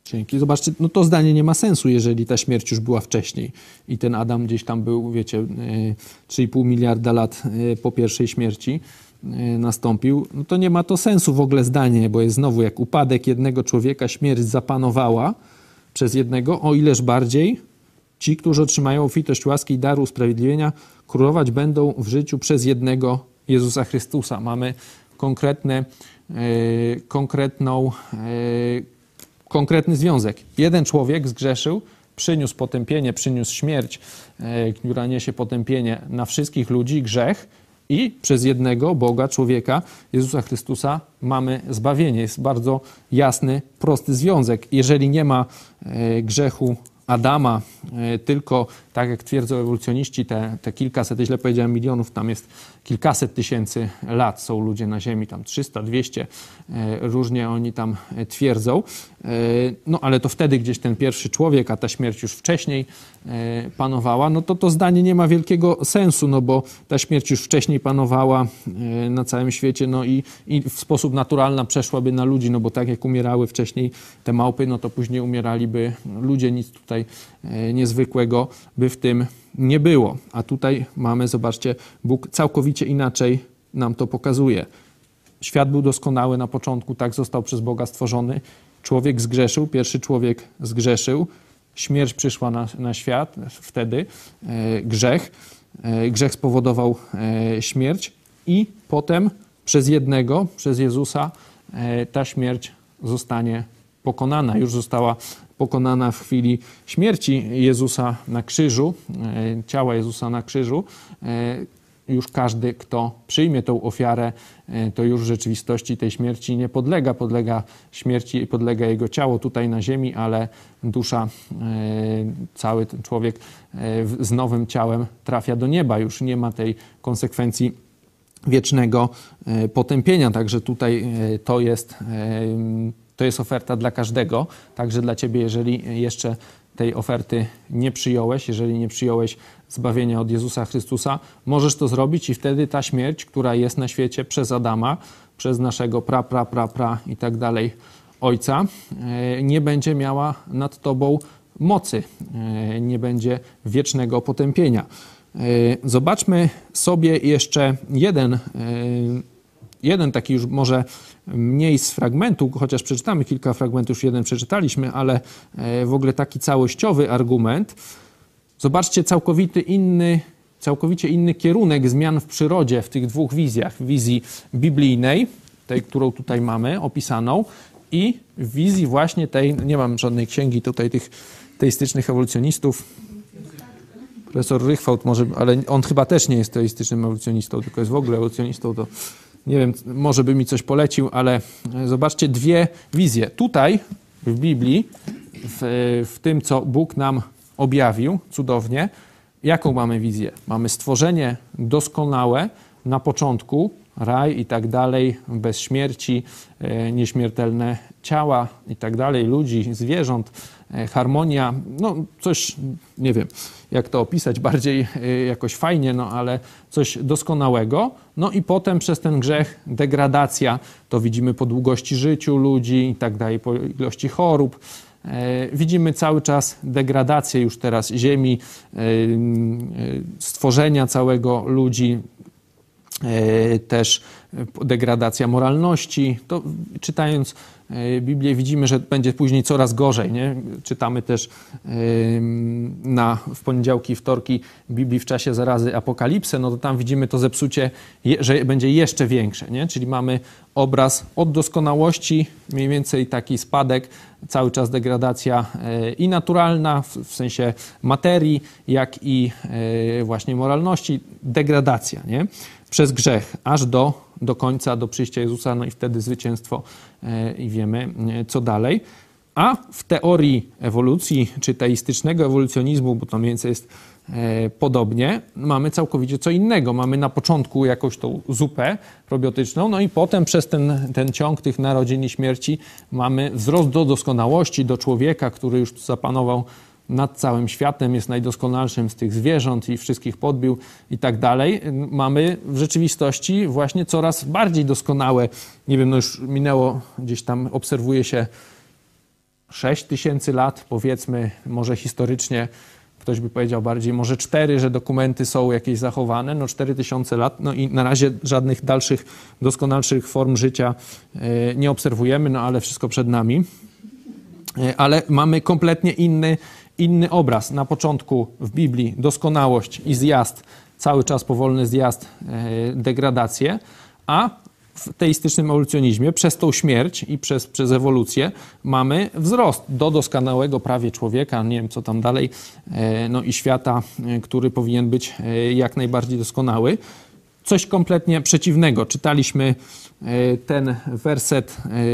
Dzięki. Zobaczcie, no to zdanie nie ma sensu, jeżeli ta śmierć już była wcześniej i ten Adam gdzieś tam był, wiecie, 3,5 miliarda lat po pierwszej śmierci nastąpił. No to nie ma to sensu w ogóle zdanie, bo jest znowu jak upadek jednego człowieka, śmierć zapanowała przez jednego, o ileż bardziej ci, którzy otrzymają obfitość łaski i daru usprawiedliwienia, królować będą w życiu przez jednego Jezusa Chrystusa. Mamy konkretny związek. Jeden człowiek zgrzeszył, przyniósł potępienie, przyniósł śmierć, która niesie potępienie na wszystkich ludzi, grzech i przez jednego Boga, człowieka, Jezusa Chrystusa mamy zbawienie. Jest bardzo jasny, prosty związek. Jeżeli nie ma grzechu Adama, tylko tak jak twierdzą ewolucjoniści, te kilkaset, źle powiedziałem milionów, tam jest kilkaset tysięcy lat są ludzie na Ziemi, tam 300, 200, różnie oni tam twierdzą. No ale to wtedy gdzieś ten pierwszy człowiek, a ta śmierć już wcześniej panowała, no to zdanie nie ma wielkiego sensu, no bo ta śmierć już wcześniej panowała na całym świecie, no i w sposób naturalny przeszłaby na ludzi, no bo tak jak umierały wcześniej te małpy, no to później umieraliby ludzie, nic tutaj niezwykłego by w tym nie było. A tutaj mamy, zobaczcie, Bóg całkowicie inaczej nam to pokazuje. Świat był doskonały na początku, tak został przez Boga stworzony. Człowiek zgrzeszył, pierwszy człowiek zgrzeszył. Śmierć przyszła na świat wtedy, grzech. Grzech spowodował śmierć i potem przez jednego, przez Jezusa, ta śmierć zostanie pokonana. Już została pokonana w chwili śmierci Jezusa na krzyżu, ciała Jezusa na krzyżu. Już każdy, kto przyjmie tą ofiarę, to już w rzeczywistości tej śmierci nie podlega. Podlega śmierci i podlega jego ciało tutaj na ziemi, ale dusza, cały ten człowiek z nowym ciałem trafia do nieba. Już nie ma tej konsekwencji wiecznego potępienia. Także tutaj to jest oferta dla każdego, także dla ciebie, jeżeli jeszcze tej oferty nie przyjąłeś, jeżeli nie przyjąłeś zbawienia od Jezusa Chrystusa, możesz to zrobić i wtedy ta śmierć, która jest na świecie przez Adama, przez naszego pra i tak dalej ojca, nie będzie miała nad tobą mocy, nie będzie wiecznego potępienia. Zobaczmy sobie jeszcze jeden taki już może mniej z fragmentu, chociaż przeczytamy kilka fragmentów, już jeden przeczytaliśmy, ale w ogóle taki całościowy argument. Zobaczcie, całkowicie inny kierunek zmian w przyrodzie w tych dwóch wizjach. W wizji biblijnej, tej, którą tutaj mamy opisaną, i w wizji właśnie tej, nie mam żadnej księgi tutaj tych teistycznych ewolucjonistów. Profesor Rychwałd może, ale on chyba też nie jest teistycznym ewolucjonistą, tylko jest w ogóle ewolucjonistą, to nie wiem, może by mi coś polecił, ale zobaczcie dwie wizje. Tutaj w Biblii, w tym, co Bóg nam objawił cudownie, jaką mamy wizję? Mamy stworzenie doskonałe na początku, raj i tak dalej, bez śmierci, nieśmiertelne ciała i tak dalej, ludzi, zwierząt, harmonia, no coś, nie wiem jak to opisać, bardziej jakoś fajnie, no ale coś doskonałego. No i potem przez ten grzech degradacja, to widzimy po długości życiu ludzi i tak dalej, po ilości chorób. Widzimy cały czas degradację już teraz ziemi, stworzenia całego ludzi, też degradacja moralności. To czytając Biblię widzimy, że będzie później coraz gorzej. Nie? Czytamy też w poniedziałki, wtorki Biblii w czasie zarazy Apokalipsę, no to tam widzimy to zepsucie, że będzie jeszcze większe. Nie? Czyli mamy obraz od doskonałości, mniej więcej taki spadek, cały czas degradacja i naturalna, w sensie materii, jak i właśnie moralności, degradacja, nie? Przez grzech, aż do końca, do przyjścia Jezusa, no i wtedy zwycięstwo i wiemy, co dalej. A w teorii ewolucji, czy teistycznego ewolucjonizmu, bo to mniej więcej jest podobnie, mamy całkowicie co innego. Mamy na początku jakąś tą zupę probiotyczną, no i potem przez ten ciąg tych narodzin i śmierci mamy wzrost do doskonałości, do człowieka, który już zapanował nad całym światem, jest najdoskonalszym z tych zwierząt i wszystkich podbił i tak dalej. Mamy w rzeczywistości właśnie coraz bardziej doskonałe, nie wiem, no już minęło, gdzieś tam obserwuje się 6000 lat, powiedzmy, może historycznie, ktoś by powiedział bardziej, może 4, że dokumenty są jakieś zachowane, no 4000 lat, no i na razie żadnych dalszych, doskonalszych form życia nie obserwujemy, no ale wszystko przed nami. Ale mamy kompletnie inny obraz. Na początku w Biblii doskonałość i zjazd, cały czas powolny zjazd, degradację, a w teistycznym ewolucjonizmie przez tą śmierć i przez ewolucję mamy wzrost do doskonałego prawie człowieka, nie wiem co tam dalej, no i świata, który powinien być jak najbardziej doskonały. Coś kompletnie przeciwnego. Czytaliśmy ten werset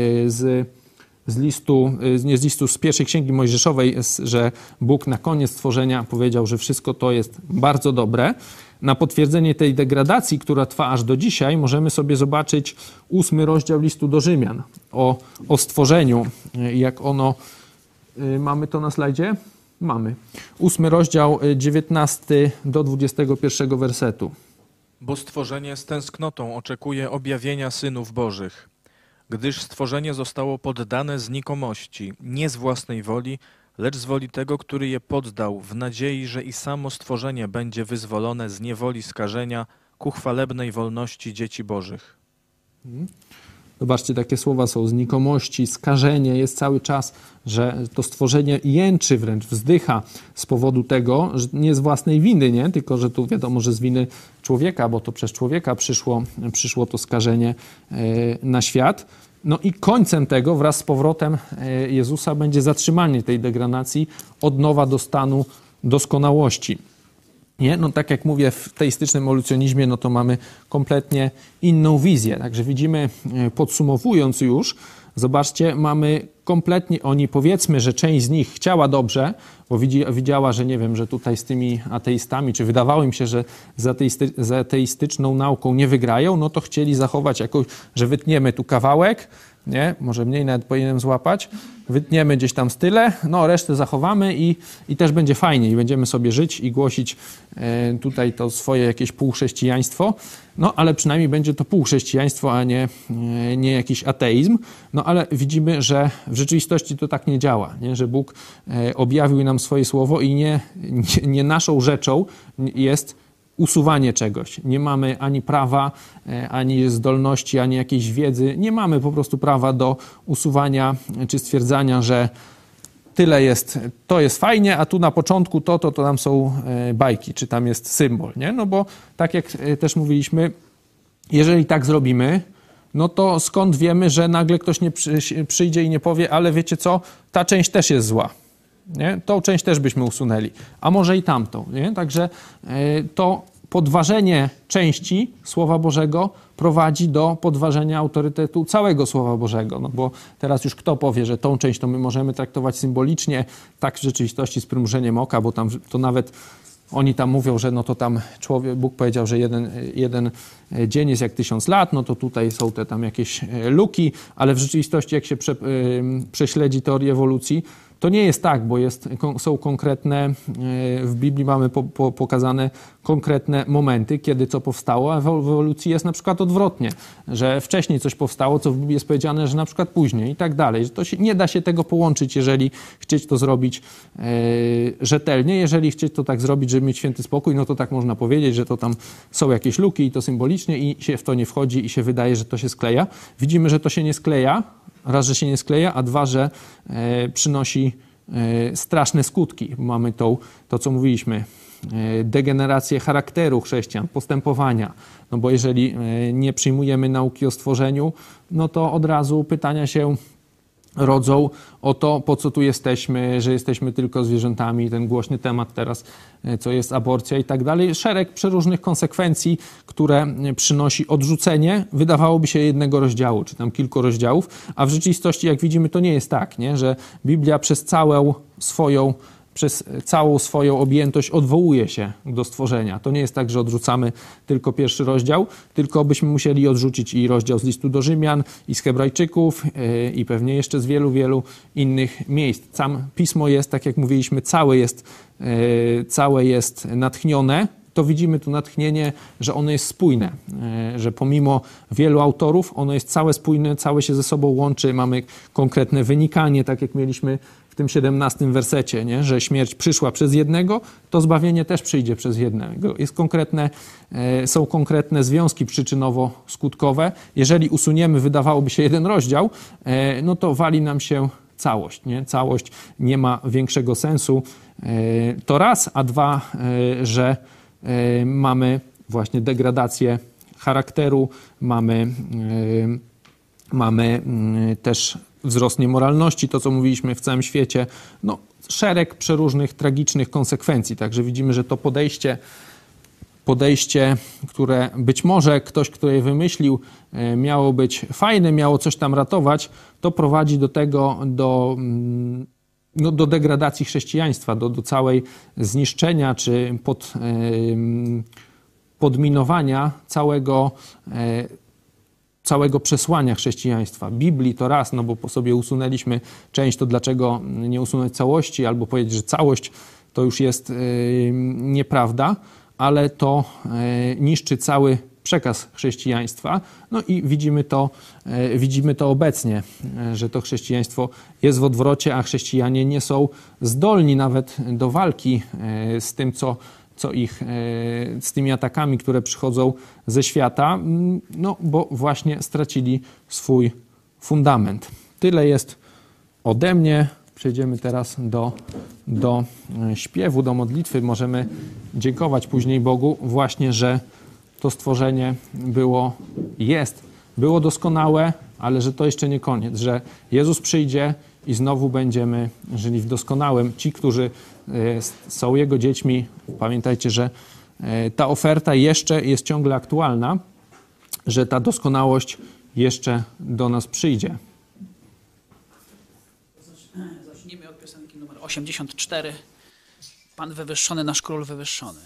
z pierwszej Księgi Mojżeszowej, że Bóg na koniec stworzenia powiedział, że wszystko to jest bardzo dobre. Na potwierdzenie tej degradacji, która trwa aż do dzisiaj, możemy sobie zobaczyć 8 rozdział listu do Rzymian o stworzeniu, jak ono... Mamy to na slajdzie? Mamy. 8 rozdział, 19 do 21 wersetu. Bo stworzenie z tęsknotą oczekuje objawienia synów Bożych, gdyż stworzenie zostało poddane znikomości, nie z własnej woli, lecz z woli tego, który je poddał, w nadziei, że i samo stworzenie będzie wyzwolone z niewoli skażenia ku chwalebnej wolności dzieci Bożych. Zobaczcie, takie słowa są: znikomości, skażenie, jest cały czas, że to stworzenie jęczy wręcz, wzdycha z powodu tego, że nie z własnej winy, nie? Tylko że tu wiadomo, że z winy człowieka, bo to przez człowieka przyszło to skażenie na świat. No i końcem tego wraz z powrotem Jezusa będzie zatrzymanie tej degradacji od nowa do stanu doskonałości. Nie? No tak jak mówię, w teistycznym ewolucjonizmie, no to mamy kompletnie inną wizję. Także widzimy, podsumowując już, zobaczcie, mamy kompletnie, oni powiedzmy, że część z nich chciała dobrze, bo widziała, że nie wiem, że tutaj z tymi ateistami, czy wydawało im się, że z ateistyczną nauką nie wygrają, no to chcieli zachować jakoś, że wytniemy tu kawałek, nie? Może mniej nawet powinienem złapać, wytniemy gdzieś tam z tyle, no resztę zachowamy i też będzie fajnie i będziemy sobie żyć i głosić tutaj to swoje jakieś półchrześcijaństwo, no ale przynajmniej będzie to półchrześcijaństwo, a nie jakiś ateizm, no ale widzimy, że w rzeczywistości to tak nie działa, nie? Że Bóg objawił nam swoje słowo i nie naszą rzeczą jest usuwanie czegoś. Nie mamy ani prawa, ani zdolności, ani jakiejś wiedzy. Nie mamy po prostu prawa do usuwania czy stwierdzania, że tyle jest, to jest fajnie, a tu na początku to tam są bajki, czy tam jest symbol, nie? No bo tak jak też mówiliśmy, jeżeli tak zrobimy, no to skąd wiemy, że nagle ktoś nie przyjdzie i nie powie, ale wiecie co, ta część też jest zła. Nie? Tą część też byśmy usunęli, a może i tamtą. Nie? Także to podważenie części Słowa Bożego prowadzi do podważenia autorytetu całego Słowa Bożego. No bo teraz już kto powie, że tą część to my możemy traktować symbolicznie, tak w rzeczywistości z przymrużeniem oka, bo tam to nawet oni tam mówią, że no to tam Bóg powiedział, że jeden dzień jest jak 1000 lat, no to tutaj są te tam jakieś luki, ale w rzeczywistości jak się prześledzi teorię ewolucji, to nie jest tak, bo są konkretne, w Biblii mamy pokazane konkretne momenty, kiedy co powstało, a w ewolucji jest na przykład odwrotnie, że wcześniej coś powstało, co w Biblii jest powiedziane, że na przykład później i tak dalej. Że to nie da się tego połączyć, jeżeli chcieć to zrobić rzetelnie, jeżeli chcieć to tak zrobić, żeby mieć święty spokój, no to tak można powiedzieć, że to tam są jakieś luki i to symbolicznie i się w to nie wchodzi i się wydaje, że to się skleja. Widzimy, że to się nie skleja. Raz, że się nie skleja, a dwa, że przynosi straszne skutki. Mamy to, co mówiliśmy, degenerację charakteru chrześcijan, postępowania. No bo jeżeli nie przyjmujemy nauki o stworzeniu, no to od razu pytania się rodzą o to, po co tu jesteśmy, że jesteśmy tylko zwierzętami, ten głośny temat teraz, co jest aborcja i tak dalej. Szereg przeróżnych konsekwencji, które przynosi odrzucenie, wydawałoby się jednego rozdziału, czy tam kilku rozdziałów, a w rzeczywistości, jak widzimy, to nie jest tak, nie? Że Biblia przez całą swoją objętość odwołuje się do stworzenia. To nie jest tak, że odrzucamy tylko pierwszy rozdział, tylko byśmy musieli odrzucić i rozdział z listu do Rzymian, i z Hebrajczyków, i pewnie jeszcze z wielu, wielu innych miejsc. Sam Pismo jest, tak jak mówiliśmy, całe jest natchnione to widzimy tu natchnienie, że ono jest spójne, że pomimo wielu autorów ono jest całe spójne, całe się ze sobą łączy, mamy konkretne wynikanie, tak jak mieliśmy w tym 17 wersecie, nie? Że śmierć przyszła przez jednego, to zbawienie też przyjdzie przez jednego. Są konkretne związki przyczynowo-skutkowe. Jeżeli usuniemy, wydawałoby się, jeden rozdział, no to wali nam się całość. Nie? Całość nie ma większego sensu. To raz, a dwa, że mamy właśnie degradację charakteru, mamy też wzrost niemoralności, to co mówiliśmy w całym świecie, no szereg przeróżnych tragicznych konsekwencji. Także widzimy, że to podejście, które być może ktoś, kto je wymyślił, miało być fajne, miało coś tam ratować, to prowadzi do tego, do degradacji chrześcijaństwa, do całej zniszczenia czy podminowania całego przesłania chrześcijaństwa. Biblii to raz, no bo po sobie usunęliśmy część, to dlaczego nie usunąć całości, albo powiedzieć, że całość to już jest nieprawda, ale to niszczy cały przekaz chrześcijaństwa. No i widzimy to obecnie, że to chrześcijaństwo jest w odwrocie, a chrześcijanie nie są zdolni nawet do walki z tym, z tymi atakami, które przychodzą ze świata, no bo właśnie stracili swój fundament. Tyle jest ode mnie. Przejdziemy teraz do śpiewu, do modlitwy. Możemy dziękować później Bogu właśnie, że to stworzenie było doskonałe, ale że to jeszcze nie koniec, że Jezus przyjdzie i znowu będziemy żyli w doskonałym. Ci, którzy są Jego dziećmi, pamiętajcie, że ta oferta jeszcze jest ciągle aktualna, że ta doskonałość jeszcze do nas przyjdzie. Zacznijmy od piosenki numer 84. Pan wywyższony, nasz król wywyższony.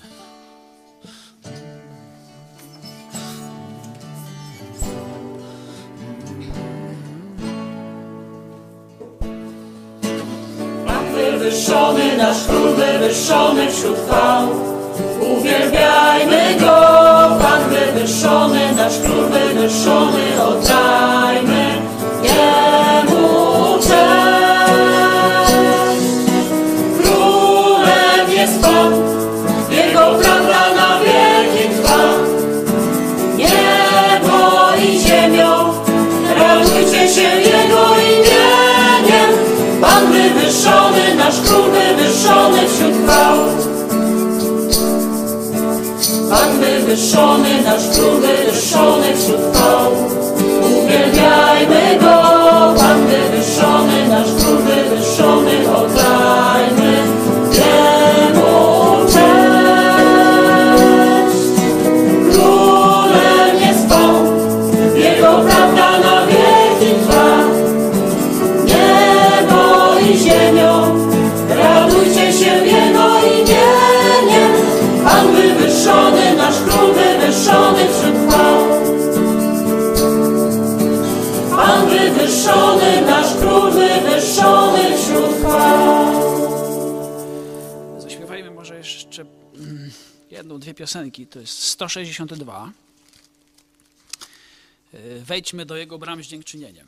Wywyższony, nasz król wywyższony wśród chwał. Uwielbiajmy go, Pan wywyższony, nasz król wywyższony, oddajmy Jemu cześć. Królem jest Pan, Jego prawda na wieki trwa. Niebo i ziemią, radujcie się Jego imieniem. Pan wywyższony, nasz król wywyższony wśród chwał. Pan wywyższony, nasz król wywyższony wśród chwał. Uwielbiajmy go, Pan wywyższony, nasz król wywyższony, oddajmy Jemu cześć. Królem jest Pan, Jego prawda na wieki trwa. Niebo i ziemią, radujcie się Jego imieniem. Pan wywyższony, nasz król wywyższony wśród chwał. Pan wywyższony, nasz król wywyższony wśród chwał. Zaśpiewajmy może jeszcze jedną, dwie piosenki. To jest 162. Wejdźmy do Jego bram z dziękczynieniem.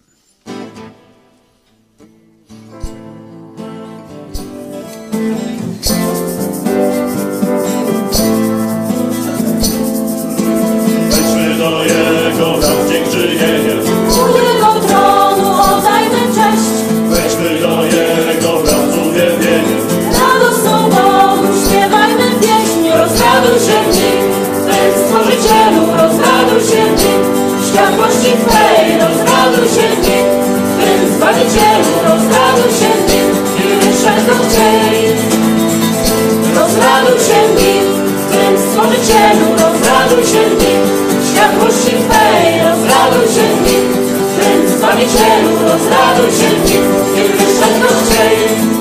Wejdźmy do Jego bram z dziękczynieniem. U Jego tronu oddajmy cześć. Wejdźmy do Jego bram z uwielbieniem. Radosną Bogu śpiewajmy pieśń. Rozraduj się w nim, Twym Stworzycielu, rozraduj się w nim. Światłości Twej, rozraduj się w nim. Twym Zbawicielu, rozraduj się w nim. I wyszedł do chciej. Rozraduj się w nim, Twym Stworzycielu, rozraduj się w nim. Światłości Twej, rozraduj się w nim. Twym Zbawicielu, rozraduj się w nim. I wyszedł do chciej.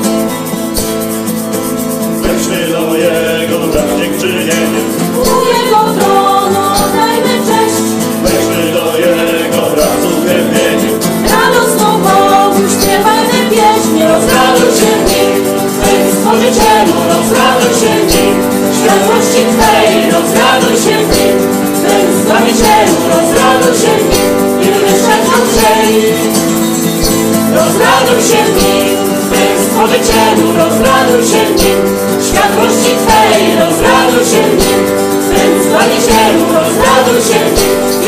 Wejdźmy do Jego bram z dziękczynieniem. U Jego tronu oddajmy cześć. Wejdźmy do Jego bram z uwielbieniem. Radosną Bogu śpiewajmy pieśń. Rozraduj się w nim, Twym Stworzycielu, rozraduj się w nim. Światłości Twej, rozraduj się w nim, Ty Stworzycielu, rozraduj się w nim, światłości Twej, rozraduj się w nim, Ty Zbawicielu, rozraduj się w nim,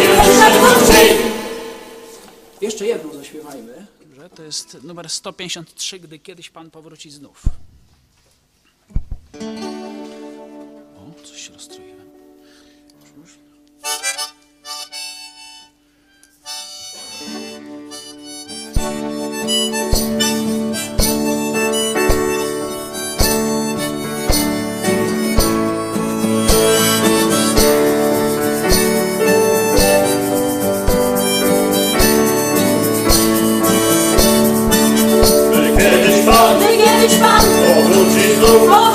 Jeszcze jedną zaśpiewajmy, że to jest numer 153, Gdy kiedyś Pan powróci znów. O, coś się rozstroiłem. Już. Gdy kiedyś Pan Gdy kiedyś Pan powróci znów,